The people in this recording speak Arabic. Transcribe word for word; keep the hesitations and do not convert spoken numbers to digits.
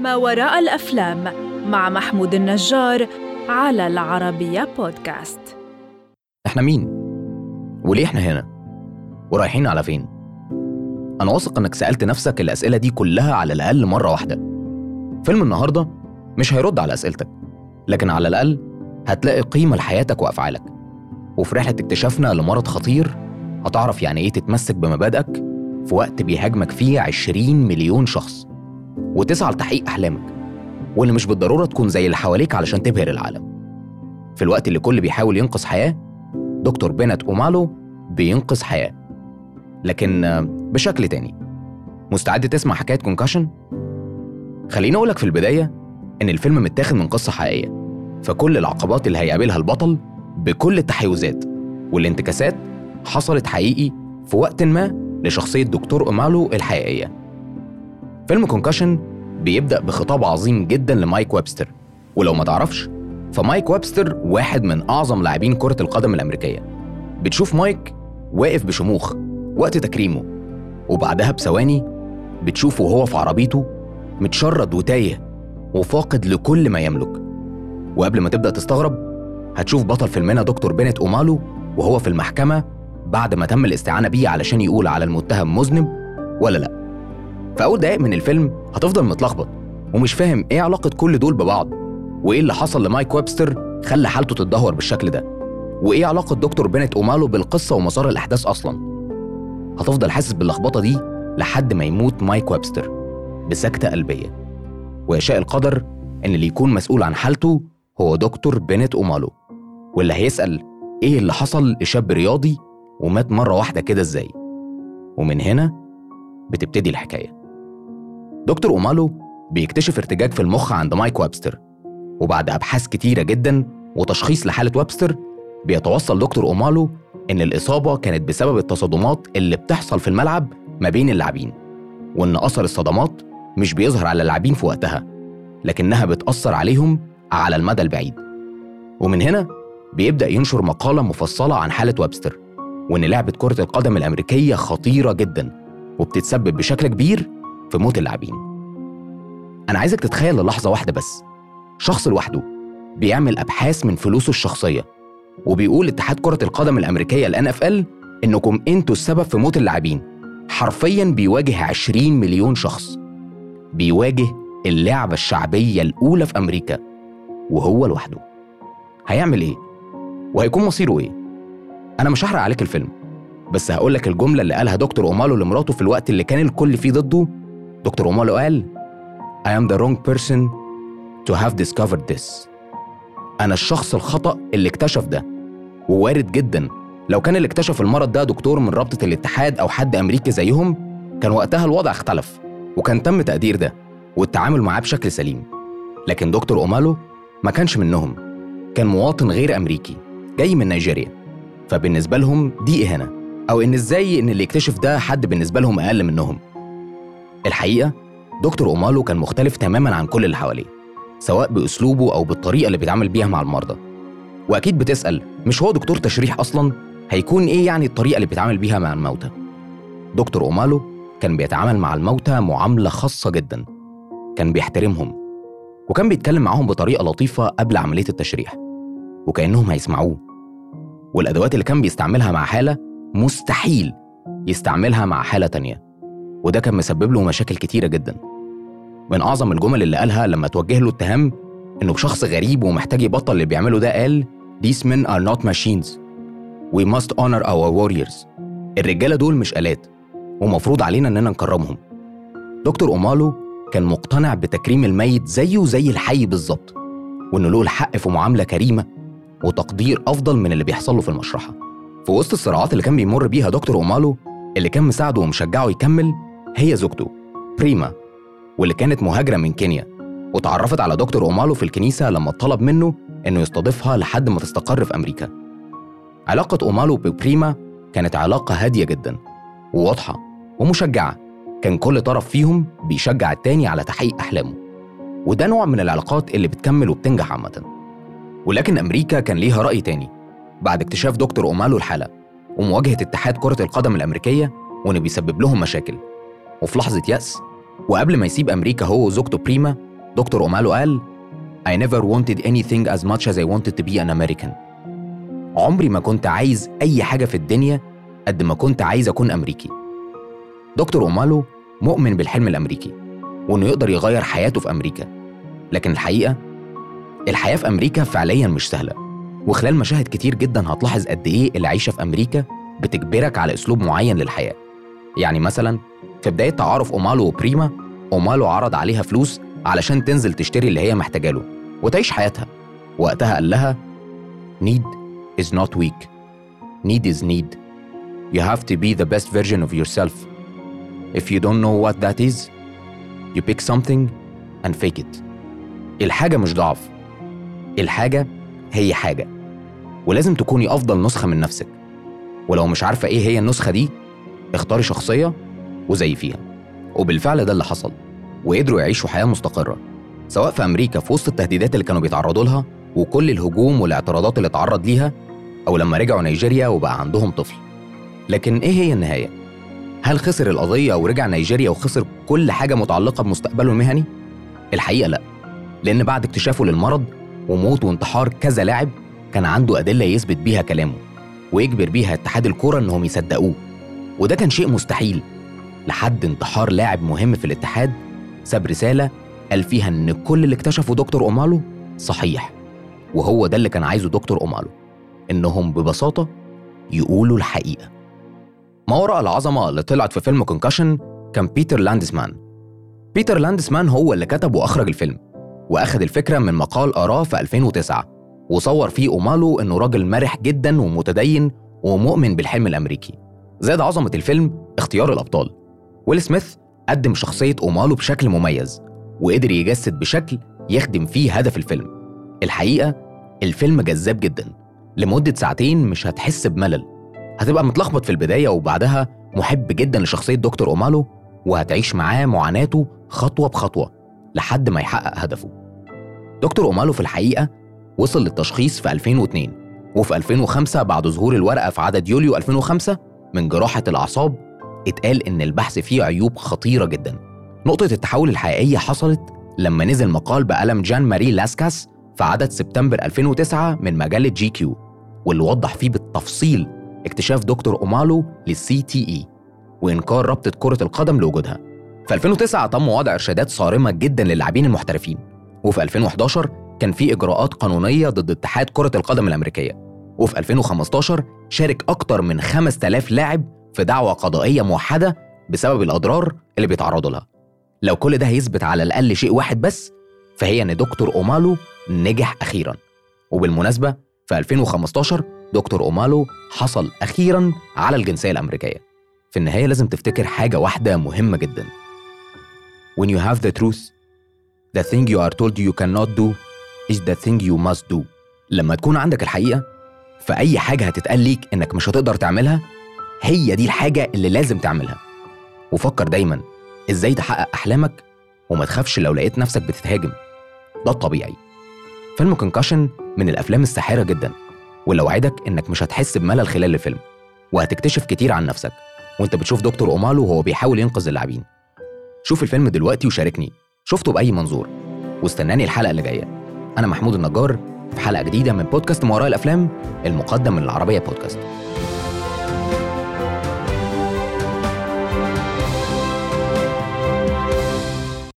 ما وراء الأفلام مع محمود النجار على العربية بودكاست. احنا مين؟ وليه احنا هنا؟ ورايحين على فين؟ أنا واثق إنك سألت نفسك الأسئلة دي كلها على الأقل مرة واحدة. فيلم النهاردة مش هيرد على أسئلتك، لكن على الأقل هتلاقي قيمة لحياتك وأفعالك. وفي رحلة اكتشافنا لمرض خطير هتعرف يعني إيه تتمسك بمبادئك في وقت بيهاجمك فيه عشرين مليون شخص، وتسعى لتحقيق أحلامك واللي مش بالضرورة تكون زي اللي حواليك علشان تبهر العالم. في الوقت اللي كل بيحاول ينقذ حياة، دكتور بينت أومالو بينقذ حياة، لكن بشكل تاني. مستعد تسمع حكاية كونكاشن؟ خليني أقولك في البداية إن الفيلم متاخد من قصة حقيقية، فكل العقبات اللي هيقابلها البطل بكل التحيزات والانتكاسات حصلت حقيقي في وقت ما لشخصية دكتور أومالو الحقيقية. فيلم كونكاشن بيبدأ بخطاب عظيم جدا لمايك ويبستر، ولو ما تعرفش فمايك ويبستر واحد من أعظم لاعبين كرة القدم الأمريكية. بتشوف مايك واقف بشموخ وقت تكريمه، وبعدها بثواني بتشوفه وهو في عربيته متشرد وتايه وفاقد لكل ما يملك. وقبل ما تبدأ تستغرب هتشوف بطل فيلمنا دكتور بينت أومالو وهو في المحكمة بعد ما تم الاستعانة بيه علشان يقول على المتهم مذنب ولا لأ. في أول دقايق من الفيلم هتفضل متلخبط ومش فاهم إيه علاقة كل دول ببعض، وإيه اللي حصل لمايك ويبستر خلى حالته تتدهور بالشكل ده، وإيه علاقة دكتور بينت أومالو بالقصة ومسار الأحداث أصلاً. هتفضل حاسس باللخبطة دي لحد ما يموت مايك ويبستر بسكتة قلبية، ويشاء القدر إن اللي يكون مسؤول عن حالته هو دكتور بينت أومالو، واللي هيسأل إيه اللي حصل لشاب رياضي ومات مرة واحدة كده إزاي. ومن هنا بتبتدي الحكاية. دكتور أومالو بيكتشف ارتجاج في المخ عند مايك ويبستر، وبعد أبحاث كتيرة جداً وتشخيص لحالة ويبستر بيتوصل دكتور أومالو إن الإصابة كانت بسبب التصادمات اللي بتحصل في الملعب ما بين اللاعبين، وإن أثر الصدمات مش بيظهر على اللاعبين في وقتها، لكنها بتأثر عليهم على المدى البعيد. ومن هنا بيبدأ ينشر مقالة مفصلة عن حالة ويبستر، وإن لعبة كرة القدم الأمريكية خطيرة جداً وبتتسبب بشكل كبير في موت اللاعبين. أنا عايزك تتخيل للحظة واحدة بس شخص لوحده بيعمل أبحاث من فلوسه الشخصية، وبيقول اتحاد كرة القدم الأمريكية ال إن إف إل إنكم أنتوا السبب في موت اللاعبين. حرفياً بيواجه عشرين مليون شخص، بيواجه اللعبة الشعبية الأولى في أمريكا وهو لوحده. هيعمل إيه؟ وهيكون مصيره إيه؟ أنا مش هحرق عليك الفيلم، بس هقولك الجملة اللي قالها دكتور أومالو لمراته في الوقت اللي كان الكل فيه ضده. دكتور أومالو قال I am the wrong person to have discovered this. أنا الشخص الخطأ اللي اكتشف ده. ووارد جدا لو كان اللي اكتشف المرض ده دكتور من رابطة الاتحاد أو حد أمريكي زيهم، كان وقتها الوضع اختلف وكان تم تقدير ده والتعامل معاه بشكل سليم. لكن دكتور أومالو ما كانش منهم، كان مواطن غير أمريكي جاي من نيجيريا، فبالنسبة لهم دي إهانة، أو إن إزاي إن اللي يكتشف ده حد بالنسبة لهم أقل منهم. الحقيقة دكتور أومالو كان مختلف تماماً عن كل اللي حواليه، سواء بأسلوبه أو بالطريقة اللي بيتعامل بيها مع المرضى. وأكيد بتسأل، مش هو دكتور تشريح أصلاً؟ هيكون إيه يعني الطريقة اللي بيتعامل بيها مع الموتى؟ دكتور أومالو كان بيتعامل مع الموتى معاملة خاصة جداً، كان بيحترمهم وكان بيتكلم معهم بطريقة لطيفة قبل عملية التشريح وكأنهم هيسمعوه. والأدوات اللي كان بيستعملها مع حالة مستحيل يستعملها مع حالة تانية، وده كان مسبب له مشاكل كتيرة جداً. من أعظم الجمل اللي قالها لما توجه له اتهام إنه شخص غريب ومحتاج يبطل اللي بيعمله ده، قال These men are not machines. We must honor our warriors. الرجالة دول مش آلات ومفروض علينا إننا نكرمهم. دكتور أومالو كان مقتنع بتكريم الميت زيه زي الحي بالظبط، وإنه له الحق في معاملة كريمة وتقدير أفضل من اللي بيحصل له في المشرحة. في وسط الصراعات اللي كان بيمر بيها دكتور أومالو، اللي كان مساعده ومشجعه يكمل هي زوجته بريما، واللي كانت مهاجرة من كينيا، وتعرفت على دكتور أومالو في الكنيسة لما طلب منه إنه يستضيفها لحد ما تستقر في أمريكا. علاقة أومالو ببريما كانت علاقة هادية جدا وواضحة ومشجعة، كان كل طرف فيهم بيشجع التاني على تحقيق أحلامه، وده نوع من العلاقات اللي بتكمل وبتنجح عامة. ولكن أمريكا كان ليها رأي تاني بعد اكتشاف دكتور أومالو الحالة ومواجهة اتحاد كرة القدم الأمريكية وإنه بيسبب لهم مشاكل. وفي لحظة يأس وقبل ما يسيب أمريكا هو وزوجته بريما دكتور أومالو قال I never wanted anything as much as I wanted to be an American. عمري ما كنت عايز أي حاجة في الدنيا قد ما كنت عايز أكون أمريكي. دكتور أومالو مؤمن بالحلم الأمريكي وإنه يقدر يغير حياته في أمريكا، لكن الحقيقة الحياة في أمريكا فعلياً مش سهلة، وخلال مشاهد كتير جداً هتلاحظ قد إيه العيشة في أمريكا بتجبرك على أسلوب معين للحياة. يعني مثلاً في بداية تعارف أومالو وبريما، أومالو عرض عليها فلوس علشان تنزل تشتري اللي هي محتاجاله وتعيش حياتها. وقتها قال لها Need is not weak. Need is need. You have to be the best version of yourself. If you don't know what that is, you pick something and fake it. الحاجة مش ضعف، الحاجة هي حاجة، ولازم تكوني أفضل نسخة من نفسك. ولو مش عارفة إيه هي النسخة دي، اختاري شخصية وزي فيها. وبالفعل ده اللي حصل، وقدروا يعيشوا حياة مستقرة سواء في أمريكا في وسط التهديدات اللي كانوا بيتعرضوا لها وكل الهجوم والاعتراضات اللي اتعرض ليها، أو لما رجعوا نيجيريا وبقى عندهم طفل. لكن إيه هي النهاية؟ هل خسر القضية ورجع نيجيريا وخسر كل حاجة متعلقة بمستقبله المهني؟ الحقيقة لأ، لأن بعد اكتشافه للمرض وموت وانتحار كذا لاعب كان عنده أدلة يثبت بيها كلامه ويجبر بيها اتحاد الكرة إنهم يصدقوه، وده كان شيء مستحيل لحد انتحار لاعب مهم في الاتحاد ساب رسالة قال فيها إن كل اللي اكتشفه دكتور أومالو صحيح. وهو ده اللي كان عايزه دكتور أومالو، إنهم ببساطة يقولوا الحقيقة. ما وراء العظمة اللي طلعت في فيلم كونكشن كان بيتر لاندسمان. بيتر لاندسمان هو اللي كتب وأخرج الفيلم، وأخذ الفكرة من مقال قراه في ألفين وتسعة وصور فيه أومالو إنه راجل مرح جداً ومتدين ومؤمن بالحلم الأمريكي. زاد عظمة الفيلم اختيار الأبطال. ويل سميث قدم شخصية أومالو بشكل مميز وقدر يجسد بشكل يخدم فيه هدف الفيلم. الحقيقة الفيلم جذاب جداً، لمدة ساعتين مش هتحس بملل، هتبقى متلخبط في البداية وبعدها محب جداً لشخصية دكتور أومالو وهتعيش معاه معاناته خطوة بخطوة لحد ما يحقق هدفه. دكتور أومالو في الحقيقة وصل للتشخيص في ألفين واثنين، وفي ألفين وخمسة بعد ظهور الورقة في عدد يوليو ألفين وخمسة من جراحة الأعصاب اتقال إن البحث فيه عيوب خطيرة جداً. نقطة التحول الحقيقية حصلت لما نزل مقال بقلم جان ماري لاسكاس في عدد سبتمبر ألفين وتسعة من مجلة جي كيو، واللي وضح فيه بالتفصيل اكتشاف دكتور أومالو للسي تي إي وإنكار رابطة كرة القدم لوجودها. في ألفين وتسعة تم وضع إرشادات صارمة جداً للاعبين المحترفين، وفي ألفين وإحداشر كان في إجراءات قانونية ضد اتحاد كرة القدم الأمريكية، وفي ألفين وخمستاشر شارك أكتر من خمسة آلاف لاعب في دعوة قضائية موحدة بسبب الأضرار اللي بيتعرضوا لها. لو كل ده هيثبت على الأقل شيء واحد بس، فهي إن دكتور أومالو نجح أخيراً. وبالمناسبة في ألفين وخمستاشر دكتور أومالو حصل أخيراً على الجنسية الأمريكية. في النهاية لازم تفتكر حاجة واحدة مهمة جداً. When you have the truth, the thing you are told you cannot do is the thing you must do. لما تكون عندك الحقيقة، فأي حاجة هتتقال ليك إنك مش هتقدر تعملها هي دي الحاجة اللي لازم تعملها. وفكر دايماً إزاي تحقق أحلامك وما تخافش لو لقيت نفسك بتتهاجم، ده الطبيعي. فيلم كونكشن من الأفلام الساحرة جداً، ولو وعدك إنك مش هتحس بملل خلال الفيلم وهتكتشف كتير عن نفسك وإنت بتشوف دكتور أومالو وهو بيحاول ينقذ اللاعبين. شوف الفيلم دلوقتي وشاركني شفته بأي منظور، واستناني الحلقة اللي جاية. أنا محمود النجار في حلقة جديدة من بودكاست ما وراء الأفلام المقدم من العربية بودكاست.